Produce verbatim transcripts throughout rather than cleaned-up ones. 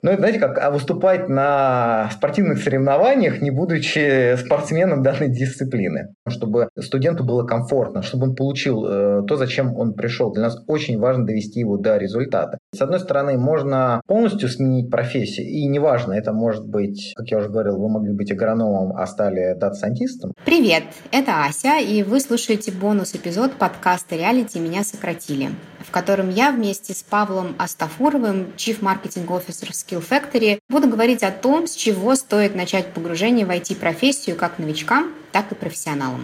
Ну, это, знаете, как а выступать на спортивных соревнованиях, не будучи спортсменом данной дисциплины. Чтобы студенту было комфортно, чтобы он получил э, то, зачем он пришел. Для нас очень важно довести его до результата. С одной стороны, можно полностью сменить профессию, и неважно, это может быть, как я уже говорил, вы могли быть агрономом, а стали дата-сайентистом. Привет, это Ася, и вы слушаете бонус-эпизод подкаста «Реалити. Меня сократили», в котором я вместе с Павлом Астафуровым, Chief Marketing Officer в Skill Factory, буду говорить о том, с чего стоит начать погружение в ай ти-профессию как новичкам, так и профессионалам.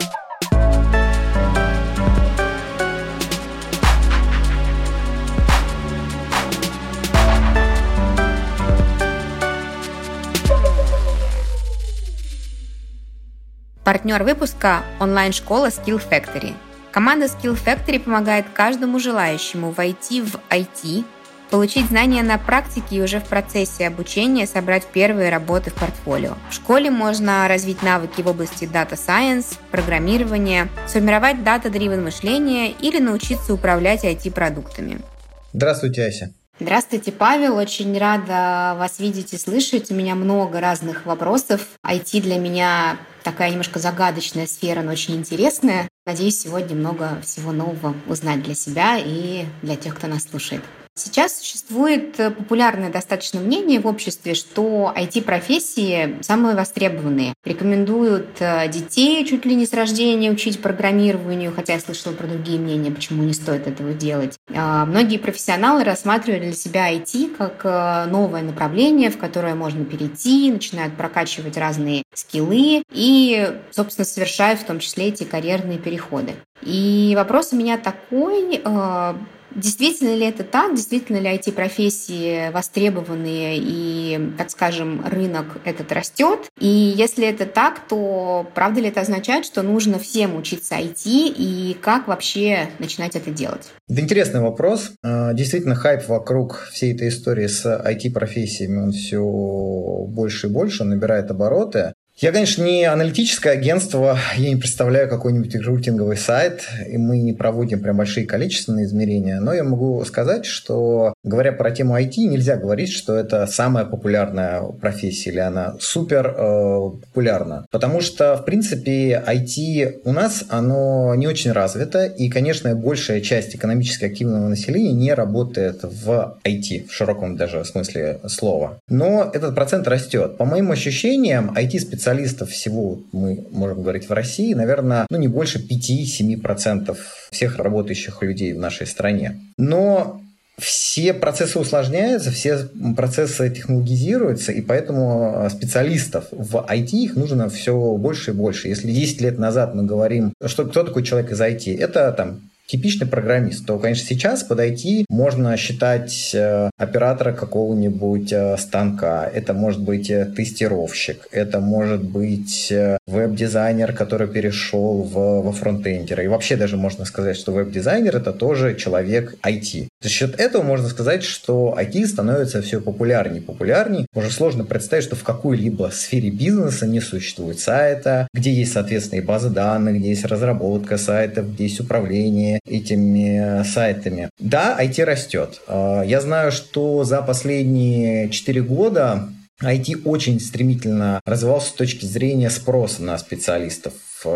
Партнер выпуска – онлайн-школа Skill Factory. Команда Skill Factory помогает каждому желающему войти в ай ти, получить знания на практике и уже в процессе обучения собрать первые работы в портфолио. В школе можно развить навыки в области Data Science, программирования, сформировать Data-Driven мышление или научиться управлять ай ти-продуктами. Здравствуйте, Ася. Здравствуйте, Павел. Очень рада вас видеть и слышать. У меня много разных вопросов. ай ти для меня такая немножко загадочная сфера, но очень интересная. Надеюсь, сегодня много всего нового узнать для себя и для тех, кто нас слушает. Сейчас существует популярное достаточно мнение в обществе, что ай ти-профессии самые востребованные. Рекомендуют детей чуть ли не с рождения учить программированию, хотя я слышала про другие мнения, почему не стоит этого делать. Многие профессионалы рассматривают для себя ай ти как новое направление, в которое можно перейти, начинают прокачивать разные скиллы и, собственно, совершают в том числе эти карьерные переходы. И вопрос у меня такой... Действительно ли это так? Действительно ли ай ти-профессии востребованные и, так скажем, рынок этот растет? И если это так, то правда ли это означает, что нужно всем учиться ай ти и как вообще начинать это делать? Это интересный вопрос. Действительно, хайп вокруг всей этой истории с ай ти-профессиями, он все больше и больше, он набирает обороты. Я, конечно, не аналитическое агентство, я не представляю какой-нибудь рекрутинговый сайт, и мы не проводим прям большие количественные измерения, но я могу сказать, что, говоря про тему ай ти, нельзя говорить, что это самая популярная профессия или она супер э, популярна, потому что, в принципе, ай ти у нас, оно не очень развито, и, конечно, большая часть экономически активного населения не работает в ай ти, в широком даже смысле слова. Но этот процент растет. По моим ощущениям, ай ти-специалисты Специалистов всего, мы можем говорить, в России, наверное, ну, не больше пять-семь процентов всех работающих людей в нашей стране. Но все процессы усложняются, все процессы технологизируются, и поэтому специалистов в ай ти их нужно все больше и больше. Если десять лет назад мы говорим, что кто такой человек из ай ти, это там типичный программист, то, конечно, сейчас под ай ти можно считать э, оператора какого-нибудь э, станка. Это может быть э, тестировщик, это может быть э, веб-дизайнер, который перешел в, во фронтендера. И вообще даже можно сказать, что веб-дизайнер — это тоже человек ай ти. За счет этого можно сказать, что ай ти становится все популярнее и популярнее. Уже сложно представить, что в какой-либо сфере бизнеса не существует сайта, где есть, соответственно, и базы данных, где есть разработка сайтов, где есть управление этими сайтами. Да, ай ти растет. Я знаю, что за последние четыре года ай ти очень стремительно развивался с точки зрения спроса на специалистов.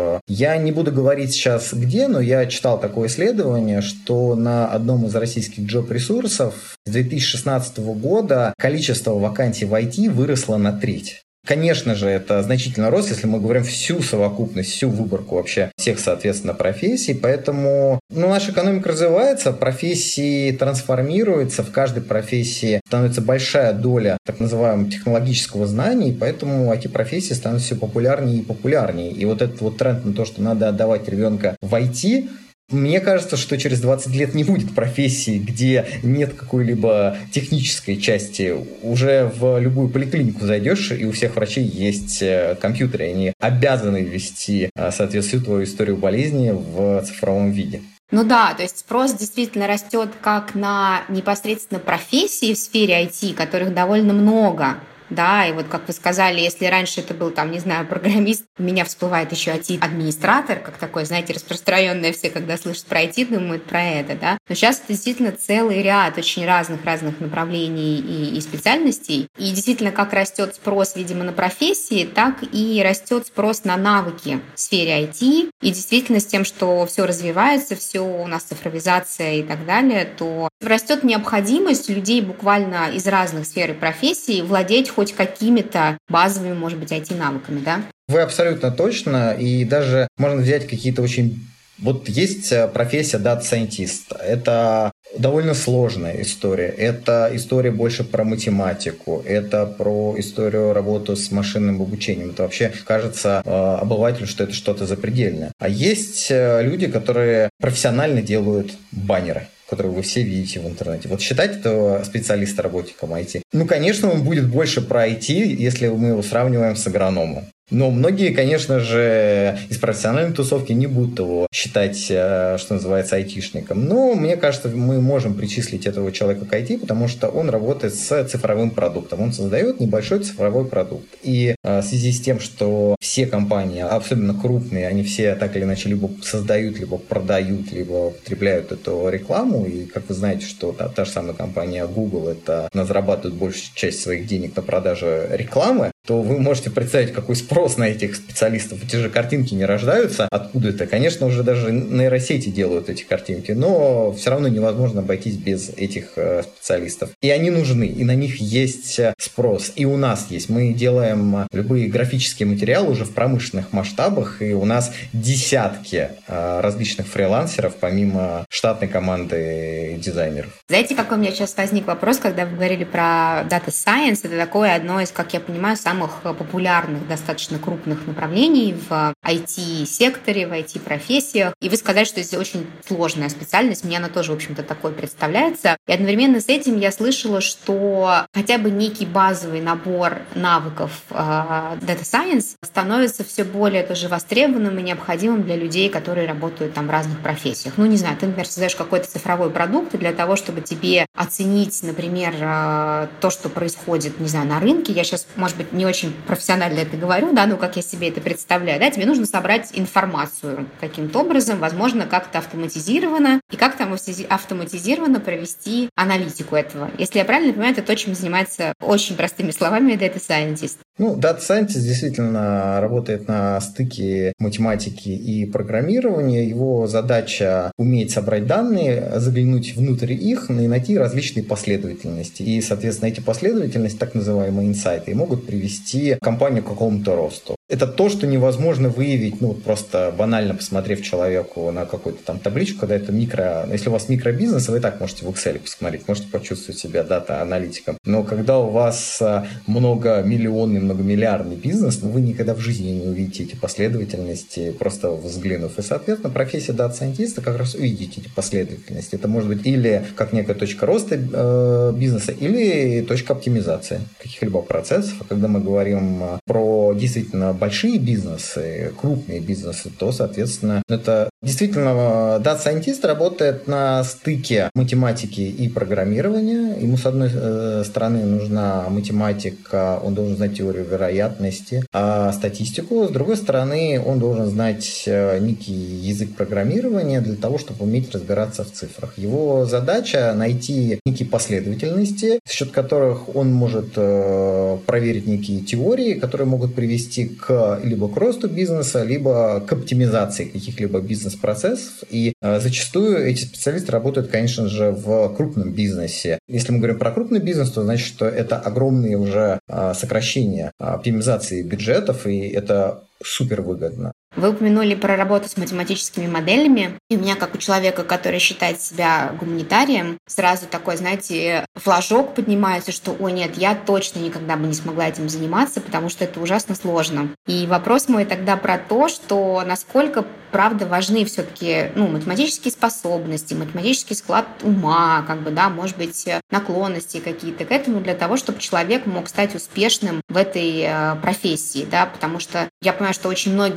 Я не буду говорить сейчас где, но я читал такое исследование, что на одном из российских джоб-ресурсов с две тысячи шестнадцатого года количество вакансий в ай ти выросло на треть. Конечно же, это значительный рост, если мы говорим всю совокупность, всю выборку вообще всех, соответственно, профессий. Поэтому ну, наша экономика развивается, профессии трансформируются, в каждой профессии становится большая доля так называемого технологического знания, и поэтому ай ти-профессии становятся все популярнее и популярнее. И вот этот вот тренд на то, что надо отдавать ребенка в ай ти, мне кажется, что через двадцать лет не будет профессии, где нет какой-либо технической части. Уже в любую поликлинику зайдешь, и у всех врачей есть компьютеры. Они обязаны вести, соответственно, всю твою историю болезни в цифровом виде. Ну да, то есть спрос действительно растет как на непосредственно профессии в сфере ай ти, которых довольно много, да, и вот как вы сказали, если раньше это был, там, не знаю, программист, у меня всплывает еще ай ти-администратор, как такой, знаете, распространенное все, когда слышат про ай ти, думают про это, да. Но сейчас это действительно целый ряд очень разных-разных направлений и, и специальностей. И действительно, как растет спрос, видимо, на профессии, так и растет спрос на навыки в сфере ай ти. И действительно, с тем, что все развивается, все у нас цифровизация и так далее, то растет необходимость людей буквально из разных сфер и профессий владеть хоть какими-то базовыми, может быть, ай ти-навыками, да? Вы абсолютно точно, и даже можно взять какие-то очень... Вот есть профессия Data Scientist. Это довольно сложная история. Это история больше про математику. Это про историю работы с машинным обучением. Это вообще кажется обывателю, что это что-то запредельное. А есть люди, которые профессионально делают баннеры, которые вы все видите в интернете. Вот считать этого специалиста работником ай ти. Ну, конечно, он будет больше про ай ти, если мы его сравниваем с агрономом. Но многие, конечно же, из профессиональной тусовки не будут его считать, что называется, айтишником. Но мне кажется, мы можем причислить этого человека к ай ти, потому что он работает с цифровым продуктом. Он создает небольшой цифровой продукт. И в связи с тем, что все компании, особенно крупные, они все так или иначе либо создают, либо продают, либо потребляют эту рекламу. И как вы знаете, что та, та же самая компания Google, это, она зарабатывает большую часть своих денег на продаже рекламы, то вы можете представить, какой спрос на этих специалистов. Эти же картинки не рождаются откуда-то. Конечно, уже даже нейросети делают эти картинки, но все равно невозможно обойтись без этих специалистов. И они нужны, и на них есть спрос. И у нас есть. Мы делаем любые графические материалы уже в промышленных масштабах, и у нас десятки различных фрилансеров, помимо штатной команды дизайнеров. Знаете, какой у меня сейчас возник вопрос, когда вы говорили про Data Science? Это такое одно из, как я понимаю, самых популярных, достаточно крупных направлений в ай ти-секторе, в ай ти-профессиях. И вы сказали, что это очень сложная специальность. Мне она тоже, в общем-то, такой представляется. И одновременно с этим я слышала, что хотя бы некий базовый набор навыков э, Data Science становится все более тоже востребованным и необходимым для людей, которые работают там в разных профессиях. Ну, не знаю, ты, например, создаешь какой-то цифровой продукт, и для того, чтобы тебе оценить, например, э, то, что происходит, не знаю, на рынке, я сейчас, может быть, не очень профессионально это говорю, да, ну, как я себе это представляю, да, тебе нужно собрать информацию каким-то образом, возможно, как-то автоматизированно, и как-то автоматизированно провести аналитику этого. Если я правильно понимаю, это то, чем занимается очень простыми словами Data Scientist. Ну, Data Scientist действительно работает на стыке математики и программирования. Его задача уметь собрать данные, заглянуть внутрь их и найти различные последовательности. И, соответственно, эти последовательности, так называемые инсайты, могут привести компанию к какому-то росту. Это то, что невозможно выявить, ну, просто банально посмотрев человеку на какую-то там табличку, когда это микро... Если у вас микробизнес, вы и так можете в Excel посмотреть, можете почувствовать себя дата-аналитиком. Но когда у вас многомиллионный, многомиллиардный бизнес, ну, вы никогда в жизни не увидите эти последовательности, просто взглянув. И, соответственно, профессия дата-сайентиста как раз увидеть эти последовательности. Это может быть или как некая точка роста э, бизнеса, или точка оптимизации каких-либо процессов. А когда мы говорим про действительно большие бизнесы, крупные бизнесы, то, соответственно, это действительно дата-сайентист работает на стыке математики и программирования. Ему, с одной стороны, нужна математика, он должен знать теорию вероятности, а статистику. С другой стороны, он должен знать некий язык программирования для того, чтобы уметь разбираться в цифрах. Его задача найти некие последовательности, за счет которых он может проверить некие теории, которые могут привести к либо к росту бизнеса, либо к оптимизации каких-либо бизнес-процессов. И э, зачастую эти специалисты работают, конечно же, в крупном бизнесе. Если мы говорим про крупный бизнес, то значит, что это огромные уже э, сокращения оптимизации бюджетов, и это супер выгодно. Вы упомянули про работу с математическими моделями. И у меня, как у человека, который считает себя гуманитарием, сразу такой, знаете, флажок поднимается, что «Ой, нет, я точно никогда бы не смогла этим заниматься, потому что это ужасно сложно». И вопрос мой тогда про то, что насколько, правда, важны все-таки ну, математические способности, математический склад ума, как бы, да, может быть, наклонности какие-то к этому для того, чтобы человек мог стать успешным в этой э, профессии, да, потому что я понимаю, что очень многие могут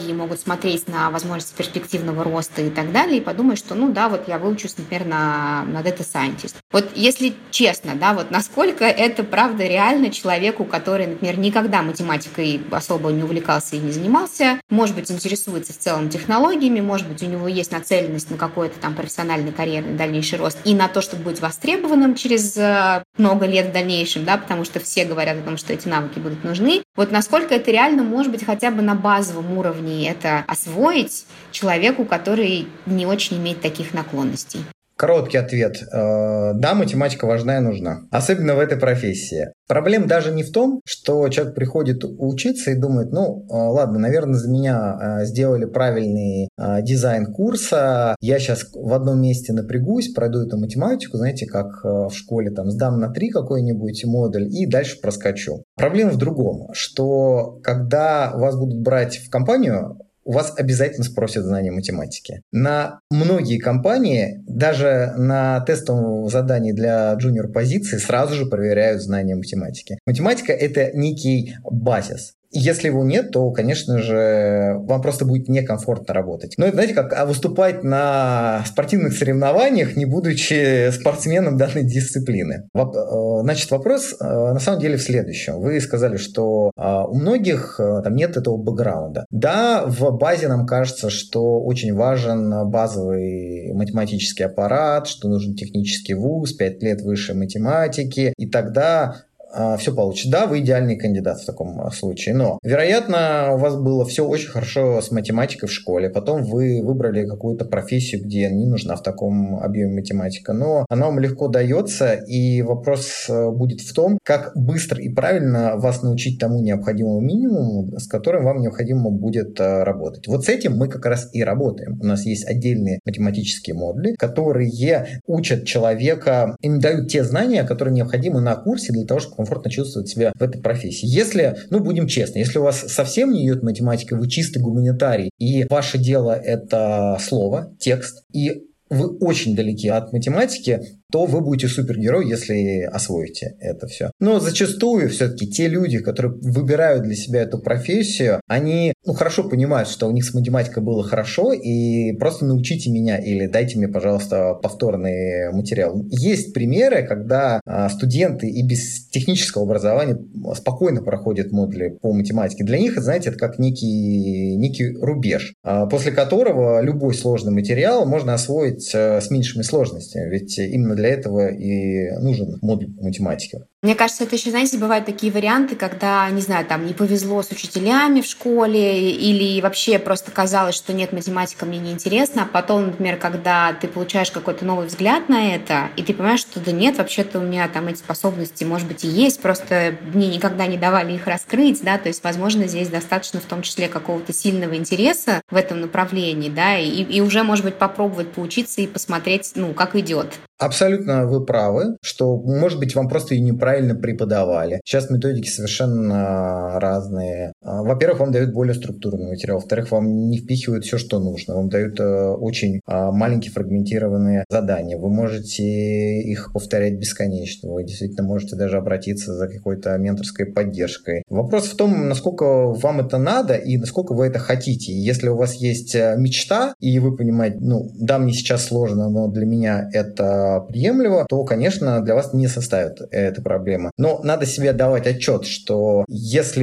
посмотреть на возможности перспективного роста и так далее, и подумать, что, ну да, вот я выучусь, например, на, на Data Scientist. Вот если честно, да, вот насколько это правда реально человеку, который, например, никогда математикой особо не увлекался и не занимался, может быть, интересуется в целом технологиями, может быть, у него есть нацеленность на какой-то там профессиональный, карьерный дальнейший рост и на то, чтобы быть востребованным через много лет в дальнейшем, да, потому что все говорят о том, что эти навыки будут нужны. Вот насколько это реально, может быть, хотя бы на базовом уровне это освоить человеку, который не очень имеет таких наклонностей? Короткий ответ. Да, математика важна и нужна. Особенно в этой профессии. Проблема даже не в том, что человек приходит учиться и думает, ну, ладно, наверное, за меня сделали правильный дизайн курса, я сейчас в одном месте напрягусь, пройду эту математику, знаете, как в школе, там, сдам на три какой-нибудь модуль и дальше проскочу. Проблема в другом, что когда вас будут брать в компанию, у вас обязательно спросят знания математики. На многие компании, даже на тестовом задании для джуниор-позиции сразу же проверяют знания математики. Математика — это некий базис. Если его нет, то, конечно же, вам просто будет некомфортно работать. Но это, знаете, как выступать на спортивных соревнованиях, не будучи спортсменом данной дисциплины. Значит, вопрос на самом деле в следующем. Вы сказали, что у многих там нет этого бэкграунда. Да, в базе нам кажется, что очень важен базовый математический аппарат, что нужен технический вуз, пять лет высшей математики, и тогда все получится. Да, вы идеальный кандидат в таком случае, но, вероятно, у вас было все очень хорошо с математикой в школе, потом вы выбрали какую-то профессию, где не нужна в таком объеме математика, но она вам легко дается, и вопрос будет в том, как быстро и правильно вас научить тому необходимому минимуму, с которым вам необходимо будет работать. Вот с этим мы как раз и работаем. У нас есть отдельные математические модули, которые учат человека, им дают те знания, которые необходимы на курсе для того, чтобы комфортно чувствовать себя в этой профессии. Если, ну, будем честны, если у вас совсем не идет математика, вы чистый гуманитарий, и ваше дело — это слово, текст, и вы очень далеки от математики, то вы будете супергерой, если освоите это все. Но зачастую все-таки те люди, которые выбирают для себя эту профессию, они ну, хорошо понимают, что у них с математикой было хорошо, и просто научите меня или дайте мне, пожалуйста, повторный материал. Есть примеры, когда студенты и без технического образования спокойно проходят модули по математике. Для них, знаете, это как некий, некий рубеж, после которого любой сложный материал можно освоить с меньшими сложностями, ведь именно для этого и нужен модуль по математике. Мне кажется, это еще, знаете, бывают такие варианты, когда, не знаю, там не повезло с учителями в школе или вообще просто казалось, что нет, математика мне не интересна, а потом, например, когда ты получаешь какой-то новый взгляд на это, и ты понимаешь, что да нет, вообще-то у меня там эти способности, может быть, и есть, просто мне никогда не давали их раскрыть, да, то есть, возможно, здесь достаточно в том числе какого-то сильного интереса в этом направлении, да, и, и уже, может быть, попробовать поучиться и посмотреть, ну, как идет. Абсолютно вы правы, что, может быть, вам просто и неправильно преподавали. Сейчас методики совершенно разные. Во-первых, вам дают более структурный материал. Во-вторых, вам не впихивают все, что нужно. Вам дают очень маленькие фрагментированные задания. Вы можете их повторять бесконечно. Вы действительно можете даже обратиться за какой-то менторской поддержкой. Вопрос в том, насколько вам это надо и насколько вы это хотите. Если у вас есть мечта, и вы понимаете, ну, да, мне сейчас сложно, но для меня это приемлемо, то, конечно, для вас не составит эта проблема. Но надо себе давать отчет, что если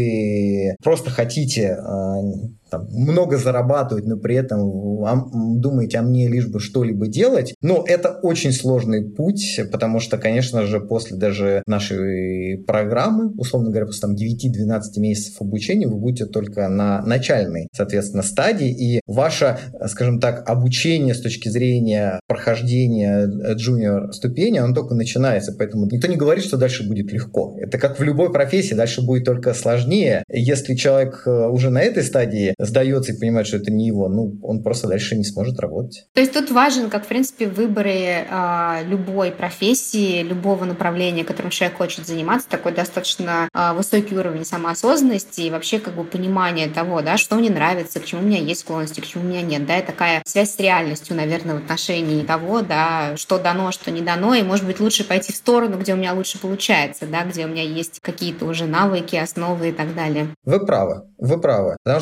вы просто хотите там, много зарабатывать, но при этом думаете, а мне лишь бы что-либо делать, но это очень сложный путь, потому что, конечно же, после даже нашей программы, условно говоря, после там, девяти-двенадцати месяцев обучения, вы будете только на начальной, соответственно, стадии, и ваше, скажем так, обучение с точки зрения прохождения джуниор ступени, оно только начинается, поэтому никто не говорит, что дальше будет легко. Это как в любой профессии, дальше будет только сложнее. Если человек уже на этой стадии сдается и понимает, что это не его, ну, он просто дальше не сможет работать. То есть тут важен, как, в принципе, в выборе э, любой профессии, любого направления, которым человек хочет заниматься, такой достаточно э, высокий уровень самоосознанности и вообще как бы понимание того, да, что мне нравится, к чему у меня есть склонности, к чему у меня нет, да, и такая связь с реальностью, наверное, в отношении того, да, что дано, что не дано, и, может быть, лучше пойти в сторону, где у меня лучше получается, да, где у меня есть какие-то уже навыки, основы и так далее. Вы правы, вы правы, потому что выбирая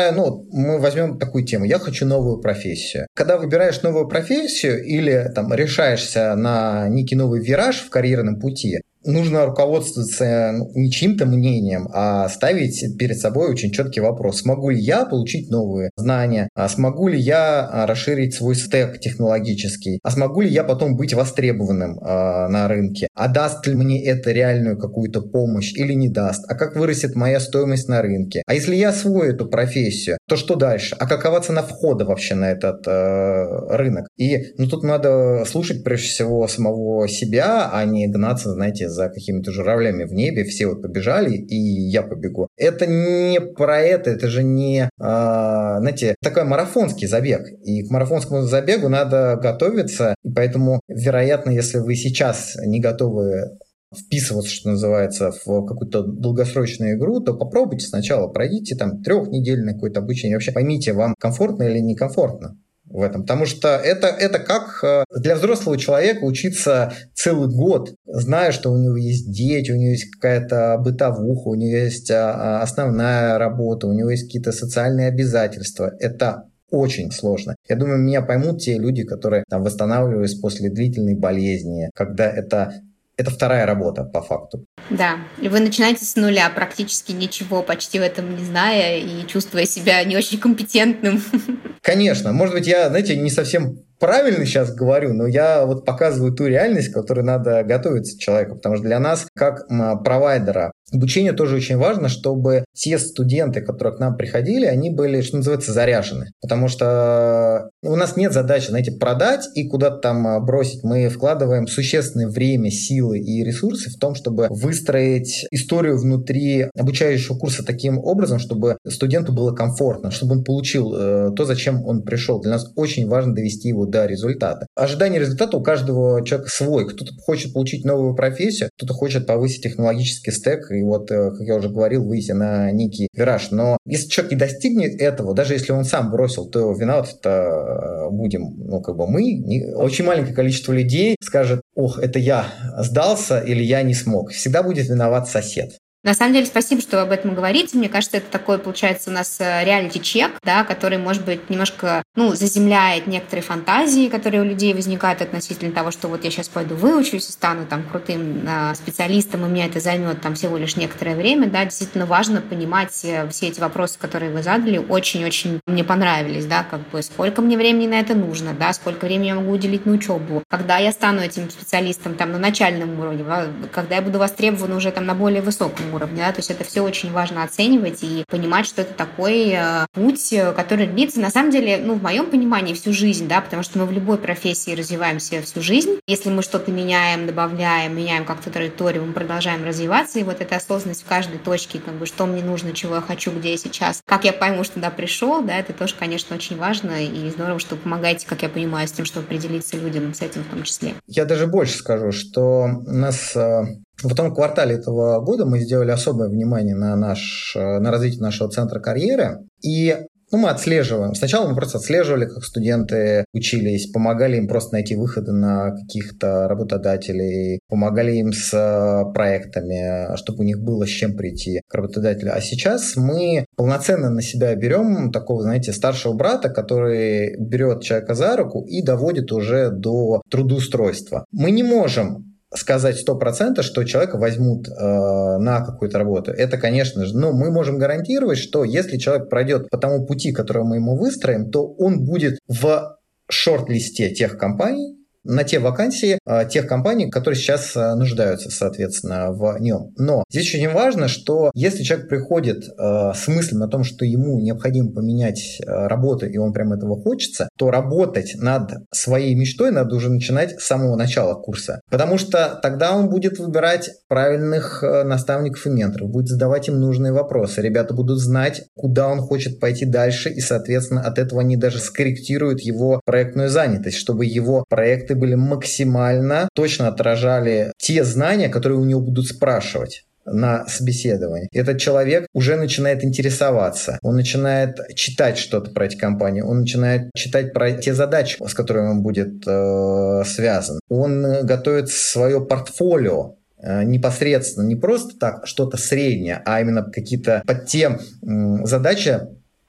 выбираю, ну, мы возьмем такую тему, я хочу новую профессию. Когда выбираешь новую профессию или там решаешься на некий новый вираж в карьерном пути, нужно руководствоваться не чьим-то мнением, а ставить перед собой очень четкий вопрос. Смогу ли я получить новые знания? А смогу ли я расширить свой стэк технологический? А смогу ли я потом быть востребованным а, на рынке? А даст ли мне это реальную какую-то помощь или не даст? А как вырастет моя стоимость на рынке? А если я освою эту профессию, то что дальше? А какова цена входа вообще на этот э, рынок? И ну, тут надо слушать прежде всего самого себя, а не гнаться, знаете, за какими-то журавлями в небе, все вот побежали, и я побегу. Это не про это, это же не, а, знаете, такой марафонский забег. И к марафонскому забегу надо готовиться, и поэтому, вероятно, если вы сейчас не готовы вписываться, что называется, в какую-то долгосрочную игру, то попробуйте сначала, пройдите там трехнедельное какое-то обучение, вообще поймите, вам комфортно или некомфортно в этом. Потому что это, это как для взрослого человека учиться целый год, зная, что у него есть дети, у него есть какая-то бытовуха, у него есть основная работа, у него есть какие-то социальные обязательства. Это очень сложно. Я думаю, меня поймут те люди, которые там восстанавливаются после длительной болезни, когда это Это вторая работа, по факту. Да, и вы начинаете с нуля, практически ничего, почти в этом не зная и чувствуя себя не очень компетентным. Конечно. Может быть, я, знаете, не совсем правильно сейчас говорю, но я вот показываю ту реальность, к которой надо готовиться человеку, потому что для нас, как провайдера, обучение тоже очень важно, чтобы те студенты, которые к нам приходили, они были, что называется, заряжены. Потому что у нас нет задачи, знаете, продать и куда-то там бросить. Мы вкладываем существенное время, силы и ресурсы в том, чтобы выстроить историю внутри обучающего курса таким образом, чтобы студенту было комфортно, чтобы он получил э, то, зачем он пришел. Для нас очень важно довести его до результата. Ожидание результата у каждого человека свой. Кто-то хочет получить новую профессию, кто-то хочет повысить технологический стэк и вот, как я уже говорил, выйти на некий вираж. Но если человек не достигнет этого, даже если он сам бросил, то виноват-то будем, ну, как бы мы. Очень маленькое количество людей скажет: ох, это я сдался или я не смог. Всегда будет виноват сосед. На самом деле, спасибо, что вы об этом говорите. Мне кажется, это такой, получается, у нас реалити-чек, да, который, может быть, немножко, ну, заземляет некоторые фантазии, которые у людей возникают относительно того, что вот я сейчас пойду выучусь и стану там крутым э, специалистом, и меня это займет там всего лишь некоторое время, да. Действительно важно понимать все эти вопросы, которые вы задали, очень-очень мне понравились, да, как бы сколько мне времени на это нужно, да, сколько времени я могу уделить на учебу, когда я стану этим специалистом там на начальном уровне, когда я буду востребован уже там на более высоком уровне. Уровня, да? То есть это все очень важно оценивать и понимать, что это такой э, путь, который длится, на самом деле, ну, в моем понимании, всю жизнь, да, потому что мы в любой профессии развиваемся всю жизнь. Если мы что-то меняем, добавляем, меняем как-то траекторию, мы продолжаем развиваться, и вот эта осознанность в каждой точке, как бы, что мне нужно, чего я хочу, где я сейчас, как я пойму, что туда пришел, да, это тоже, конечно, очень важно, и здорово, что вы помогаете, как я понимаю, с тем, чтобы определиться людям с этим в том числе. Я даже больше скажу, что у нас... В том квартале этого года мы сделали особое внимание на, наш, на развитие нашего центра карьеры. И ну, мы отслеживаем. Сначала мы просто отслеживали, как студенты учились, помогали им просто найти выходы на каких-то работодателей, помогали им с проектами, чтобы у них было с чем прийти к работодателю. А сейчас мы полноценно на себя берем такого, знаете, старшего брата, который берет человека за руку и доводит уже до трудоустройства. Мы не можем сказать сто процентов, что человека возьмут э, на какую-то работу. Это, конечно же, но мы можем гарантировать, что если человек пройдет по тому пути, который мы ему выстроим, то он будет в шорт-листе тех компаний, на те вакансии э, тех компаний, которые сейчас э, нуждаются, соответственно, в нем. Но здесь очень важно, что если человек приходит э, с мыслью о том, что ему необходимо поменять э, работу, и он прям этого хочется, то работать над своей мечтой надо уже начинать с самого начала курса. Потому что тогда он будет выбирать правильных э, наставников и менторов, будет задавать им нужные вопросы. Ребята будут знать, куда он хочет пойти дальше, и, соответственно, от этого они даже скорректируют его проектную занятость, чтобы его проекты были максимально точно отражали те знания, которые у него будут спрашивать на собеседовании. Этот человек уже начинает интересоваться, он начинает читать что-то про эти компании, он начинает читать про те задачи, с которыми он будет э, связан. Он готовит свое портфолио э, непосредственно, не просто так что-то среднее, а именно какие-то под те э, задачи,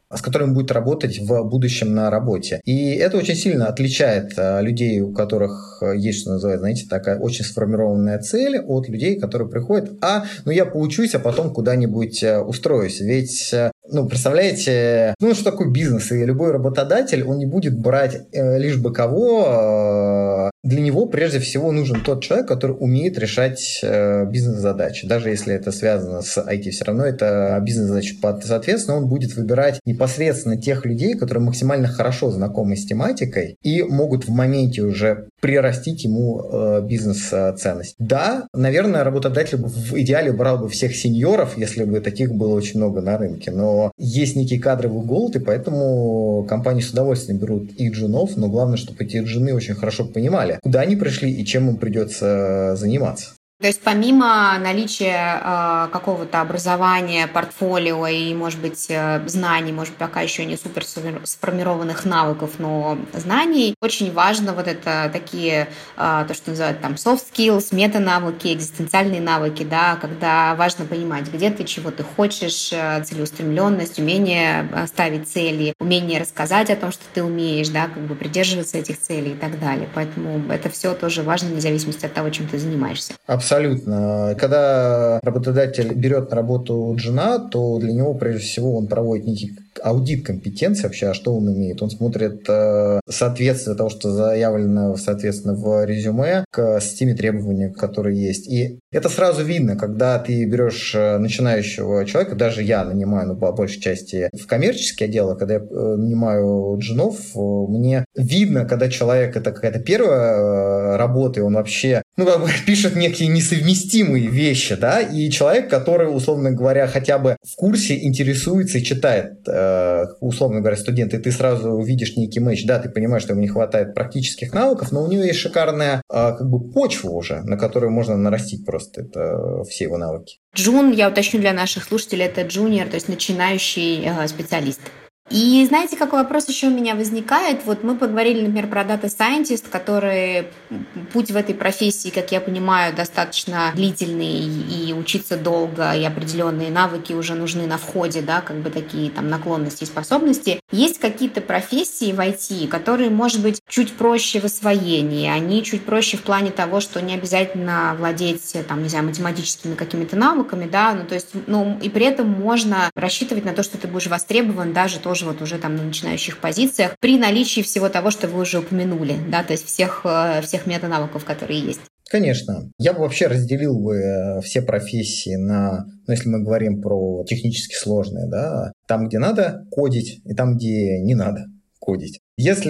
с которым будет работать в будущем на работе. И это очень сильно отличает людей, у которых есть, что называется, знаете, такая очень сформированная цель, от людей, которые приходят, а, ну я поучусь, а потом куда-нибудь устроюсь. Ведь, ну, представляете, ну, что такое бизнес? И любой работодатель, он не будет брать э, лишь бы кого. Для него прежде всего нужен тот человек, который умеет решать э, бизнес-задачи. Даже если это связано с ай ти, все равно это бизнес-задача. Соответственно, он будет выбирать непосредственно тех людей, которые максимально хорошо знакомы с тематикой и могут в моменте уже прирастить ему э, бизнес-ценность. Да, наверное, работодатель в идеале брал бы всех сеньоров, если бы таких было очень много на рынке, но есть некий кадровый голод, и поэтому компании с удовольствием берут и джунов, но главное, чтобы эти джуны очень хорошо понимали, куда они пришли и чем им придется заниматься. То есть помимо наличия э, какого-то образования, портфолио и, может быть, э, знаний, может быть, пока еще не супер сформированных навыков, но знаний, очень важно вот это такие, э, то, что называют там soft skills, мета-навыки, экзистенциальные навыки, да, когда важно понимать, где ты, чего ты хочешь, целеустремленность, умение ставить цели, умение рассказать о том, что ты умеешь, да, как бы придерживаться этих целей и так далее. Поэтому это все тоже важно, вне зависимости от того, чем ты занимаешься. Абсолютно. Когда работодатель берет на работу джуна, то для него, прежде всего, он проводит некий аудит компетенции вообще, а что он умеет. Он смотрит э, соответствие того, что заявлено, соответственно, в резюме к, с теми требованиями, которые есть. И это сразу видно, когда ты берешь начинающего человека, даже я нанимаю, ну, по большей части в коммерческие отделы, когда я нанимаю джунов, мне видно, когда человек, это какая-то первая работа, и он вообще, ну, как бы пишет некие несовместимые вещи, да, и человек, который, условно говоря, хотя бы в курсе интересуется и читает, условно говоря, студенты, ты сразу увидишь некий матч, да, ты понимаешь, что ему не хватает практических навыков, но у него есть шикарная как бы почва уже, на которую можно нарастить просто это, все его навыки. Джун, я уточню для наших слушателей, это джуниор, то есть начинающий специалист. И знаете, какой вопрос еще у меня возникает? Вот мы поговорили, например, про Data Scientist, который путь в этой профессии, как я понимаю, достаточно длительный, и учиться долго, и определенные навыки уже нужны на входе, да, как бы такие там наклонности и способности. Есть какие-то профессии в ай ти, которые, может быть, чуть проще в освоении, они чуть проще в плане того, что не обязательно владеть, там, не знаю, математическими какими-то навыками, да, ну, то есть, ну, и при этом можно рассчитывать на то, что ты будешь востребован даже тоже вот уже там на начинающих позициях при наличии всего того, что вы уже упомянули, да, то есть всех, всех мета-навыков, которые есть. Конечно. Я бы вообще разделил бы все профессии на, ну, если мы говорим про технически сложные, да, там, где надо кодить, и там, где не надо кодить.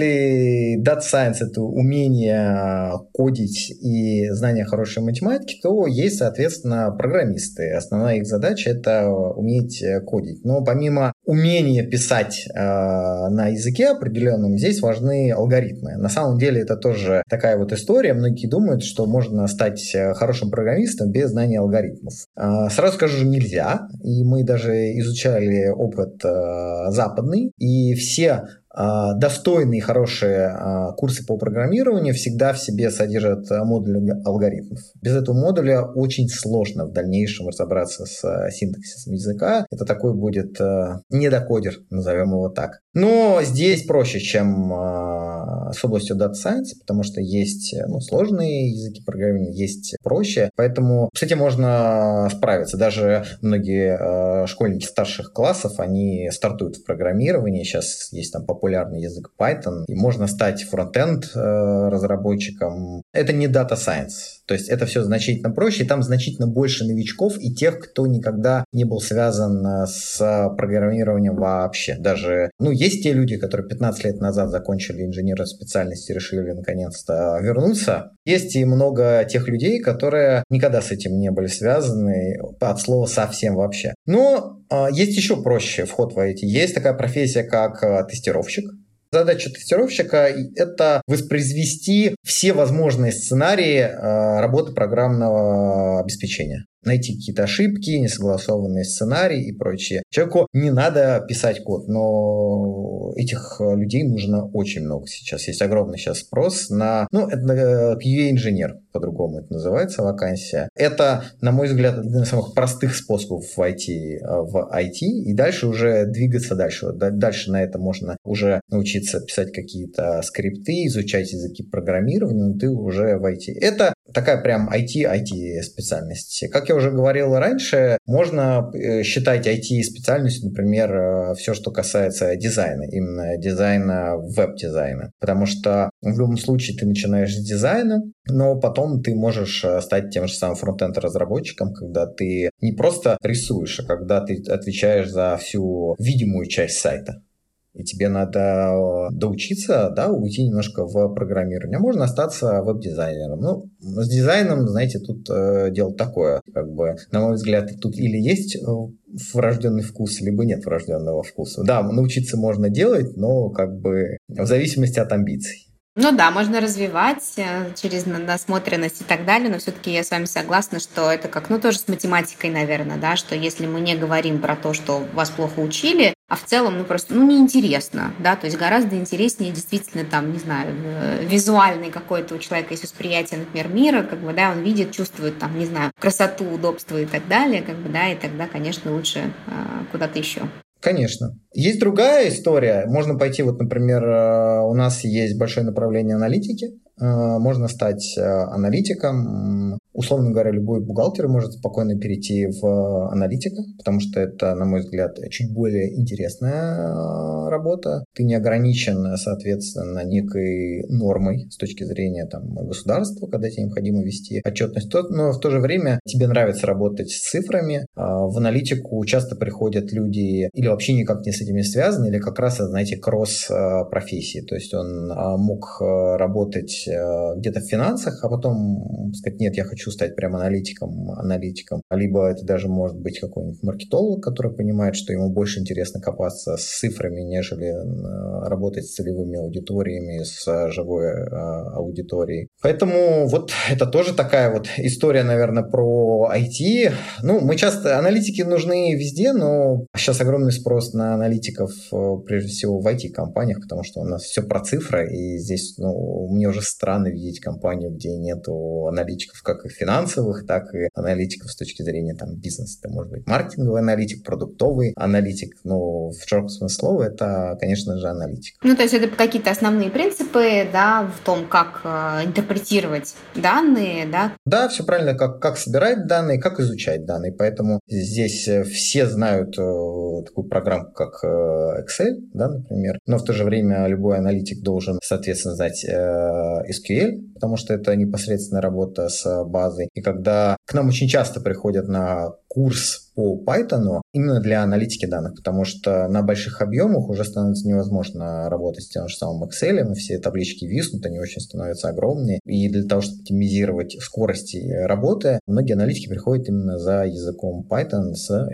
Если Data Science – это умение кодить и знание хорошей математики, то есть, соответственно, программисты. Основная их задача – это уметь кодить. Но помимо умения писать э, на языке определенном, здесь важны алгоритмы. На самом деле это тоже такая вот история. Многие думают, что можно стать хорошим программистом без знания алгоритмов. Э, сразу скажу, нельзя. И мы даже изучали опыт э, западный, и все достойные, хорошие курсы по программированию всегда в себе содержат модуль алгоритмов. Без этого модуля очень сложно в дальнейшем разобраться с синтаксисом языка. Это такой будет недокодер, назовем его так. Но здесь проще, чем с областью Data Science, потому что есть, ну, сложные языки программирования, есть проще. Поэтому с этим можно справиться. Даже многие школьники старших классов, они стартуют в программировании. Сейчас есть там популярные популярный язык Python, и можно стать фронт-энд разработчиком. Это не Data Science, то есть это все значительно проще, и там значительно больше новичков и тех, кто никогда не был связан с программированием вообще. Даже, ну, есть те люди, которые пятнадцать лет назад закончили инженерную специальность и решили наконец-то вернуться. Есть и много тех людей, которые никогда с этим не были связаны, от слова совсем вообще. Но а, есть еще проще вход в ай ти. Есть такая профессия, как а, тестировщик. Задача тестировщика – это воспроизвести все возможные сценарии а, работы программного обеспечения. найти какие-то ошибки, несогласованные сценарии и прочее. Человеку не надо писать код, но этих людей нужно очень много сейчас. Есть огромный сейчас спрос на, ну, это ю ай-инженер, по-другому это называется, вакансия. Это, на мой взгляд, один из самых простых способов войти в ай ти и дальше уже двигаться дальше. Дальше на это можно уже научиться писать какие-то скрипты, изучать языки программирования, но ты уже в ай ти. Это такая прям ай ти, ай ти специальность. Как я уже говорил раньше, можно считать ай ти специальностью, например, все, что касается дизайна, именно дизайна, веб-дизайна. Потому что в любом случае ты начинаешь с дизайна, но потом ты можешь стать тем же самым фронтенд-разработчиком, когда ты не просто рисуешь, а когда ты отвечаешь за всю видимую часть сайта. И тебе надо доучиться, да, уйти немножко в программирование. А можно остаться веб-дизайнером. Ну, с дизайном, знаете, тут э, дело такое. Как бы, на мой взгляд, тут или есть врожденный вкус, либо нет врожденного вкуса. Да, научиться можно делать, но как бы в зависимости от амбиций. Ну да, можно развивать через насмотренность и так далее, но все-таки я с вами согласна, что это как, ну тоже с математикой, наверное, да, что если мы не говорим про то, что вас плохо учили, а в целом, ну просто, ну неинтересно, да, то есть гораздо интереснее действительно там, не знаю, визуальный какой-то у человека есть восприятие, например, мира, как бы, да, он видит, чувствует там, не знаю, красоту, удобство и так далее, как бы, да, и тогда, конечно, лучше э, куда-то еще. Конечно. Есть другая история. Можно пойти, вот, например, у нас есть большое направление аналитики. Можно стать аналитиком. Условно говоря, любой бухгалтер может спокойно перейти в аналитика, потому что это, на мой взгляд, чуть более интересная работа. Ты не ограничен, соответственно, некой нормой с точки зрения там, государства, когда тебе необходимо вести отчетность. Но в то же время тебе нравится работать с цифрами. В аналитику часто приходят люди или вообще никак не с этими связаны, или как раз, знаете, кросс-профессии. То есть он мог работать где-то в финансах, а потом сказать, нет, я хочу стать прям аналитиком, аналитиком. Либо это даже может быть какой-нибудь маркетолог, который понимает, что ему больше интересно копаться с цифрами, нежели работать с целевыми аудиториями, с живой аудиторией. Поэтому вот это тоже такая вот история, наверное, про ай ти. Ну, мы часто, аналитики нужны везде, но сейчас огромный спрос на аналитиков, прежде всего, в ай ти-компаниях, потому что у нас все про цифры, и здесь, ну, мне уже странно видеть компанию, где нету аналитиков как и финансовых, так и аналитиков с точки зрения там, бизнеса. Это может быть маркетинговый аналитик, продуктовый аналитик, но в широком смысле слова это, конечно же, аналитик. Ну, то есть это какие-то основные принципы, да, в том, как э, интерпретировать данные, да? Да, все правильно, как, как собирать данные, как изучать данные. Поэтому здесь все знают э, такую программу, как э, Excel, да, например, но в то же время любой аналитик должен, соответственно, знать э, эс кью эль, потому что это непосредственная работа с базой. И когда к нам очень часто приходят на курс по Python именно для аналитики данных, потому что на больших объемах уже становится невозможно работать с тем же самым Excel, все таблички виснут, они очень становятся огромные. И для того, чтобы оптимизировать скорость работы, многие аналитики приходят именно за языком Python. С...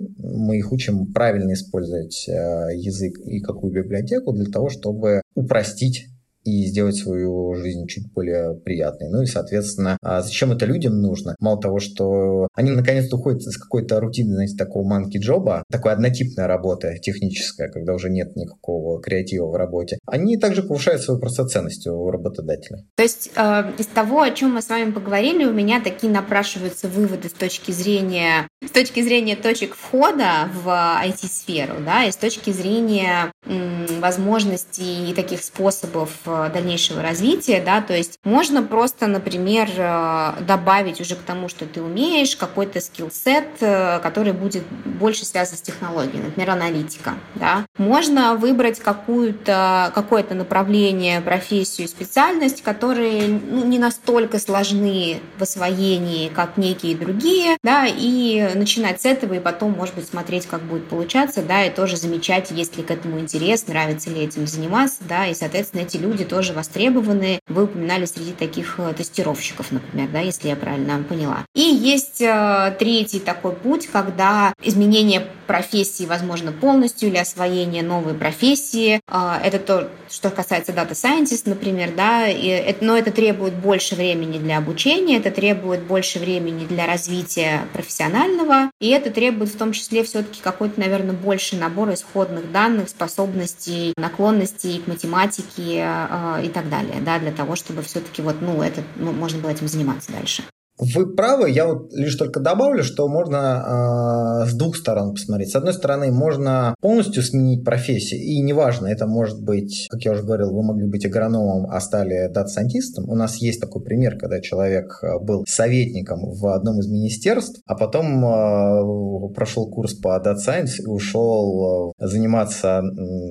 Мы их учим правильно использовать язык и какую библиотеку для того, чтобы упростить и сделать свою жизнь чуть более приятной. Ну и, соответственно, зачем это людям нужно? Мало того, что они наконец-то уходят из какой-то рутины, знаете, такого манки-джоба, такой однотипная работа техническая, когда уже нет никакого креатива в работе, они также повышают свою просто ценность у работодателя. То есть э, из того, о чем мы с вами поговорили, у меня такие напрашиваются выводы с точки зрения, с точки зрения точек входа в ай ти-сферу, да, и с точки зрения м, возможностей и таких способов дальнейшего развития, да, то есть можно просто, например, добавить уже к тому, что ты умеешь, какой-то скилл-сет, который будет больше связан с технологией, например, аналитика, да. Можно выбрать какую-то, какое-то направление, профессию, специальность, которые ну, не настолько сложны в освоении, как некие другие, да, и начинать с этого, и потом, может быть, смотреть, как будет получаться, да, и тоже замечать, есть ли к этому интерес, нравится ли этим заниматься, да, и, соответственно, эти люди люди тоже востребованы. Вы упоминали среди таких тестировщиков, например, да, если я правильно поняла. И есть э, третий такой путь, когда изменение профессии возможно полностью или освоение новой профессии. Э, это то, что касается Data Scientist, например, да, и это, но это требует больше времени для обучения, это требует больше времени для развития профессионального, и это требует в том числе все-таки какой-то, наверное, больше набор исходных данных, способностей, наклонностей к математике э, и так далее, да, для того, чтобы все-таки вот, ну, это, ну, можно было этим заниматься дальше. Вы правы, я вот лишь только добавлю, что можно э, с двух сторон посмотреть. С одной стороны, можно полностью сменить профессию, и неважно, это может быть, как я уже говорил, вы могли быть агрономом, а стали дата-сайентистом. У нас есть такой пример, когда человек был советником в одном из министерств, а потом э, прошел курс по Data Science и ушел заниматься,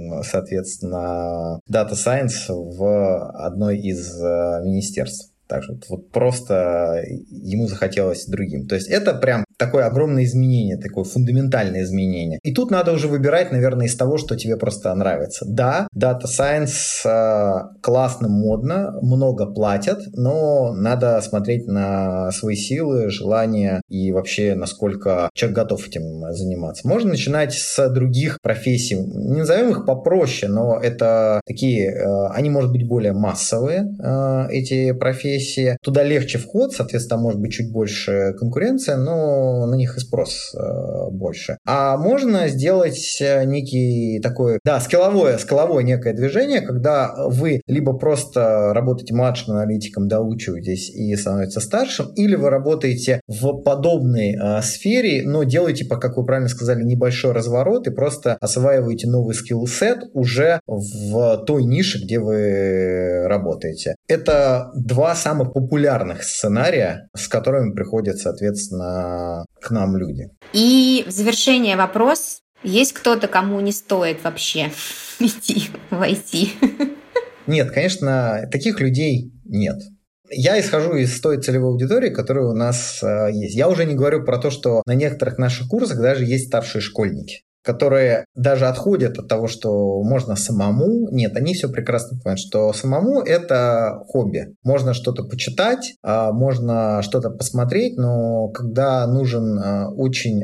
соответственно, Data Science в одной из э, министерств. Так что вот просто ему захотелось другим. То есть это прям такое огромное изменение, такое фундаментальное изменение. И тут надо уже выбирать, наверное, из того, что тебе просто нравится. Да, Data Science э, классно, модно, много платят, но надо смотреть на свои силы, желания и вообще, насколько человек готов этим заниматься. Можно начинать с других профессий. Не назовем их попроще, но это такие, э, они, может быть, более массовые, э, эти профессии. Туда легче вход, соответственно, может быть чуть больше конкуренция, но на них и спрос э, больше. А можно сделать некий такой, да, скилловое, скилловое некое движение, когда вы либо просто работаете младшим аналитиком, доучиваетесь и становитесь старшим, или вы работаете в подобной э, сфере, но делаете, как вы правильно сказали, небольшой разворот и просто осваиваете новый скилл-сет уже в той нише, где вы работаете. Это два самых самых популярных сценария, с которыми приходят, соответственно, к нам люди. И в завершение вопрос. Есть кто-то, кому не стоит вообще идти в ай ти? Нет, конечно, таких людей нет. Я исхожу из той целевой аудитории, которая у нас э, есть. Я уже не говорю про то, что на некоторых наших курсах даже есть старшие школьники, которые даже отходят от того, что можно самому. Нет, они все прекрасно понимают, что самому это хобби. Можно что-то почитать, можно что-то посмотреть, но когда нужен очень,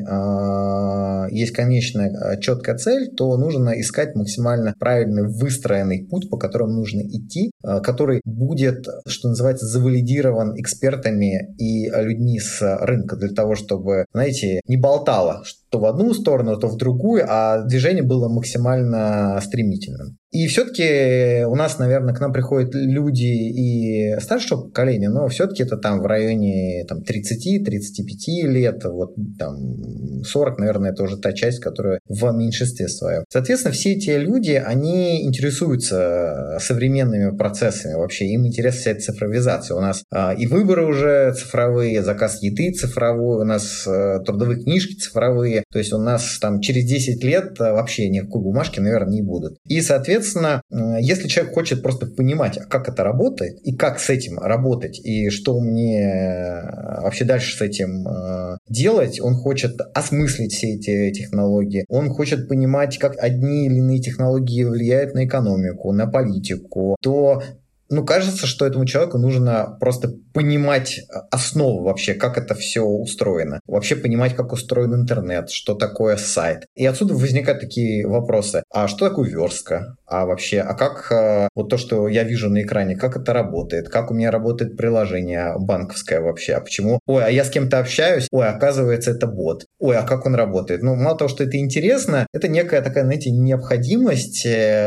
есть конечная четкая цель, то нужно искать максимально правильный выстроенный путь, по которому нужно идти, который будет, что называется, завалидирован экспертами и людьми с рынка для того, чтобы, знаете, не болтало, то в одну сторону, то в другую, а движение было максимально стремительным. И все-таки у нас, наверное, к нам приходят люди и старшего поколения, но все-таки это там в районе там, тридцать-тридцать пять лет, вот там сорок, наверное, это уже та часть, которая в меньшинстве своем. Соответственно, все эти люди, они интересуются современными процессами вообще, им интересна вся эта цифровизация. У нас а, и выборы уже цифровые, заказ еды цифровой, у нас а, трудовые книжки цифровые, то есть у нас там через десять лет вообще никакой бумажки, наверное, не будут. И, соответственно, если человек хочет просто понимать, как это работает, и как с этим работать, и что мне вообще дальше с этим делать, он хочет осмыслить все эти технологии, он хочет понимать, как одни или иные технологии влияют на экономику, на политику, то ну, кажется, что этому человеку нужно просто понимать основу вообще, как это все устроено. Вообще понимать, как устроен интернет, что такое сайт. И отсюда возникают такие вопросы. А что такое верстка? А вообще, а как вот то, что я вижу на экране, как это работает? Как у меня работает приложение банковское вообще? А почему? Ой, а я с кем-то общаюсь? Ой, оказывается, это бот. Ой, а как он работает? Ну, мало того, что это интересно, это некая такая, знаете, необходимость,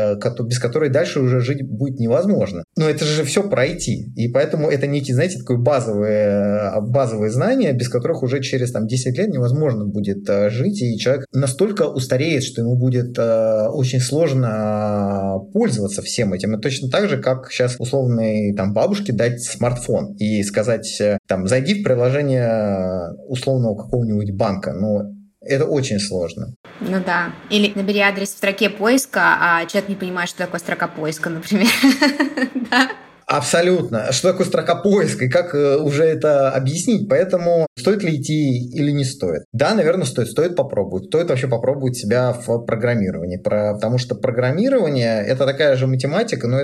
без которой дальше уже жить будет невозможно. Но это же все про ай ти. И поэтому это некие, знаете, такое базовые, базовые знания, без которых уже через там, десять лет невозможно будет uh, жить, и человек настолько устареет, что ему будет uh, очень сложно uh, пользоваться всем этим. И точно так же, как сейчас условной там, бабушке дать смартфон и сказать, там, зайди в приложение условного какого-нибудь банка. Ну, это очень сложно. Ну да. Или набери адрес в строке поиска, а человек не понимает, что такое строка поиска, например. Да. Абсолютно. Что такое строка поиска и как уже это объяснить? Поэтому стоит ли идти или не стоит? Да, наверное, стоит. Стоит попробовать. Стоит вообще попробовать себя в программировании. Потому что программирование – это такая же математика, но это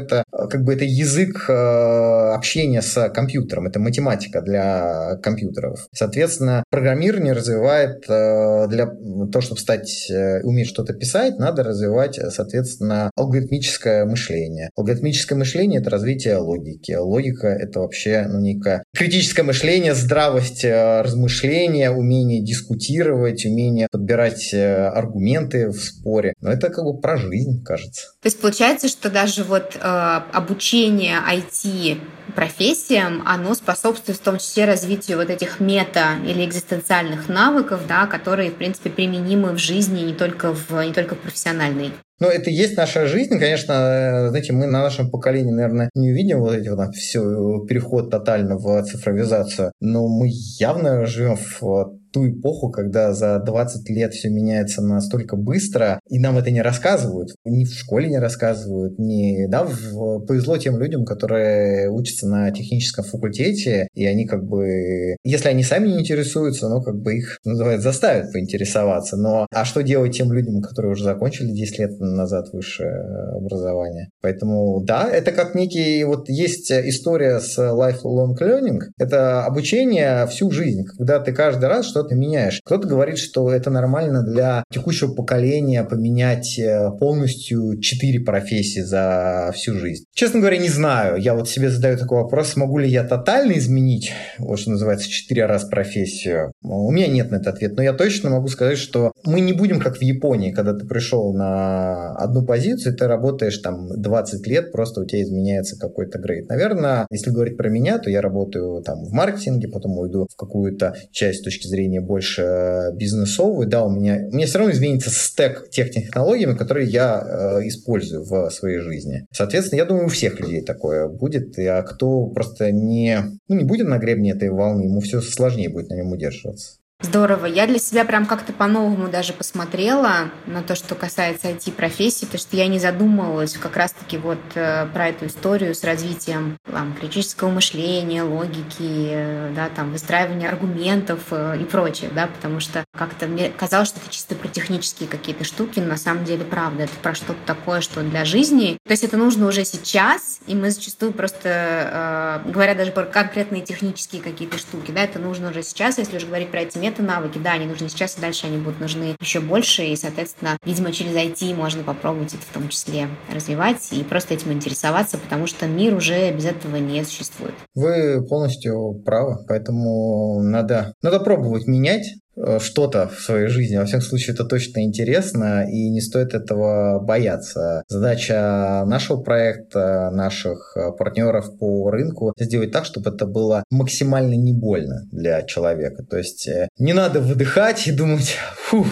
как бы это язык общения с компьютером, это математика для компьютеров. Соответственно, программирование развивает для того, чтобы стать, уметь что-то писать, надо развивать, соответственно, алгоритмическое мышление. Алгоритмическое мышление – это развитие логики. Логика – это вообще ну, некое критическое мышление, здравость размышления, умение дискутировать, умение подбирать аргументы в споре. Но это как бы про жизнь, кажется. То есть получается, что даже вот э, обучение ай ти-профессиям, оно способствует в том числе развитию вот этих мета- или экзистенциальных навыков, да, которые, в принципе, применимы в жизни не только в, не только в профессиональной. Ну, это и есть наша жизнь, конечно, знаете, мы на нашем поколении, наверное, не увидим вот эти вот, все, переход тотально в цифровизацию, но мы явно живем в ту эпоху, когда за двадцать лет все меняется настолько быстро, и нам это не рассказывают, ни в школе не рассказывают, ни, да, в, повезло тем людям, которые учатся на техническом факультете, и они как бы, если они сами не интересуются, ну, как бы их, называют, заставят поинтересоваться, но а что делать тем людям, которые уже закончили десять лет назад высшее образование? Поэтому, да, это как некий, вот есть история с lifelong learning, это обучение всю жизнь, когда ты каждый раз что-то меняешь. Кто-то говорит, что это нормально для текущего поколения поменять полностью четыре профессии за всю жизнь. Честно говоря, не знаю. Я вот себе задаю такой вопрос, смогу ли я тотально изменить, вот что называется, четыре раза профессию. У меня нет на это ответа, но я точно могу сказать, что мы не будем как в Японии, когда ты пришел на одну позицию, ты работаешь там двадцать лет, просто у тебя изменяется какой-то грейд. Наверное, если говорить про меня, то я работаю там в маркетинге, потом уйду в какую-то часть с точки зрения больше бизнесовую, да, у меня, у меня все равно изменится стэк тех технологий, которые я э, использую в своей жизни. Соответственно, я думаю, у всех людей такое будет, а кто просто не, ну, не будет на гребне этой волны, ему все сложнее будет на нем удерживаться. Здорово. Я для себя прям как-то по-новому даже посмотрела на то, что касается ай ти-профессии, потому что я не задумывалась как раз-таки вот э, про эту историю с развитием там, критического мышления, логики, э, да, там, выстраивания аргументов э, и прочее, да, потому что как-то мне казалось, что это чисто про технические какие-то штуки, но на самом деле правда, это про что-то такое, что для жизни. То есть это нужно уже сейчас, и мы зачастую просто, э, говоря даже про конкретные технические какие-то штуки, да, это нужно уже сейчас, если уже говорить про эти мета-навыки, да, они нужны сейчас, и дальше они будут нужны еще больше, и, соответственно, видимо, через ай ти можно попробовать это в том числе развивать и просто этим интересоваться, потому что мир уже без этого не существует. Вы полностью правы, поэтому надо, надо пробовать менять что-то в своей жизни. Во всяком случае, это точно интересно, и не стоит этого бояться. Задача нашего проекта, наших партнеров по рынку сделать так, чтобы это было максимально не больно для человека. То есть не надо выдыхать и думать, фух,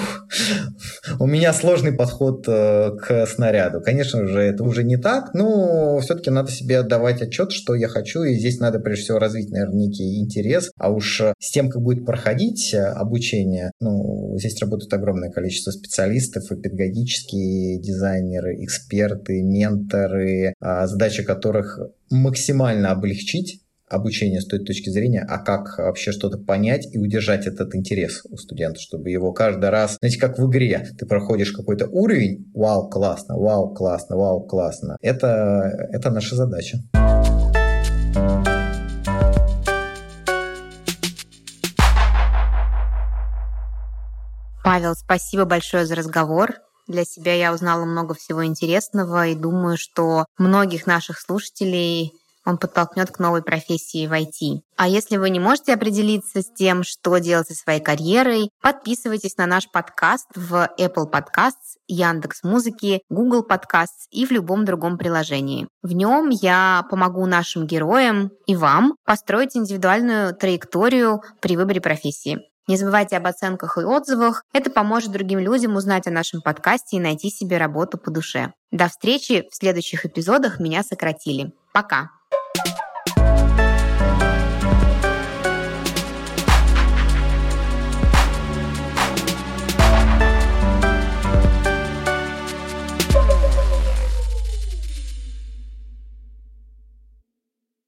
у меня сложный подход к снаряду. Конечно же, это уже не так, но все-таки надо себе отдавать отчет, что я хочу, и здесь надо прежде всего развить, наверное, некий интерес, а уж с тем, как будет проходить обучение, ну, здесь работает огромное количество специалистов, и педагогические дизайнеры, эксперты, менторы, задача которых максимально облегчить обучение с той точки зрения, а как вообще что-то понять и удержать этот интерес у студента, чтобы его каждый раз, знаете, как в игре, ты проходишь какой-то уровень, вау, классно, вау, классно, вау, классно. Это, это наша задача. Павел, спасибо большое за разговор. Для себя я узнала много всего интересного и думаю, что многих наших слушателей он подтолкнет к новой профессии в ай ти. А если вы не можете определиться с тем, что делать со своей карьерой, подписывайтесь на наш подкаст в Apple Podcasts, Яндекс.Музыке, Google Podcasts и в любом другом приложении. В нем я помогу нашим героям и вам построить индивидуальную траекторию при выборе профессии. Не забывайте об оценках и отзывах. Это поможет другим людям узнать о нашем подкасте и найти себе работу по душе. До встречи в следующих эпизодах «Меня сократили». Пока!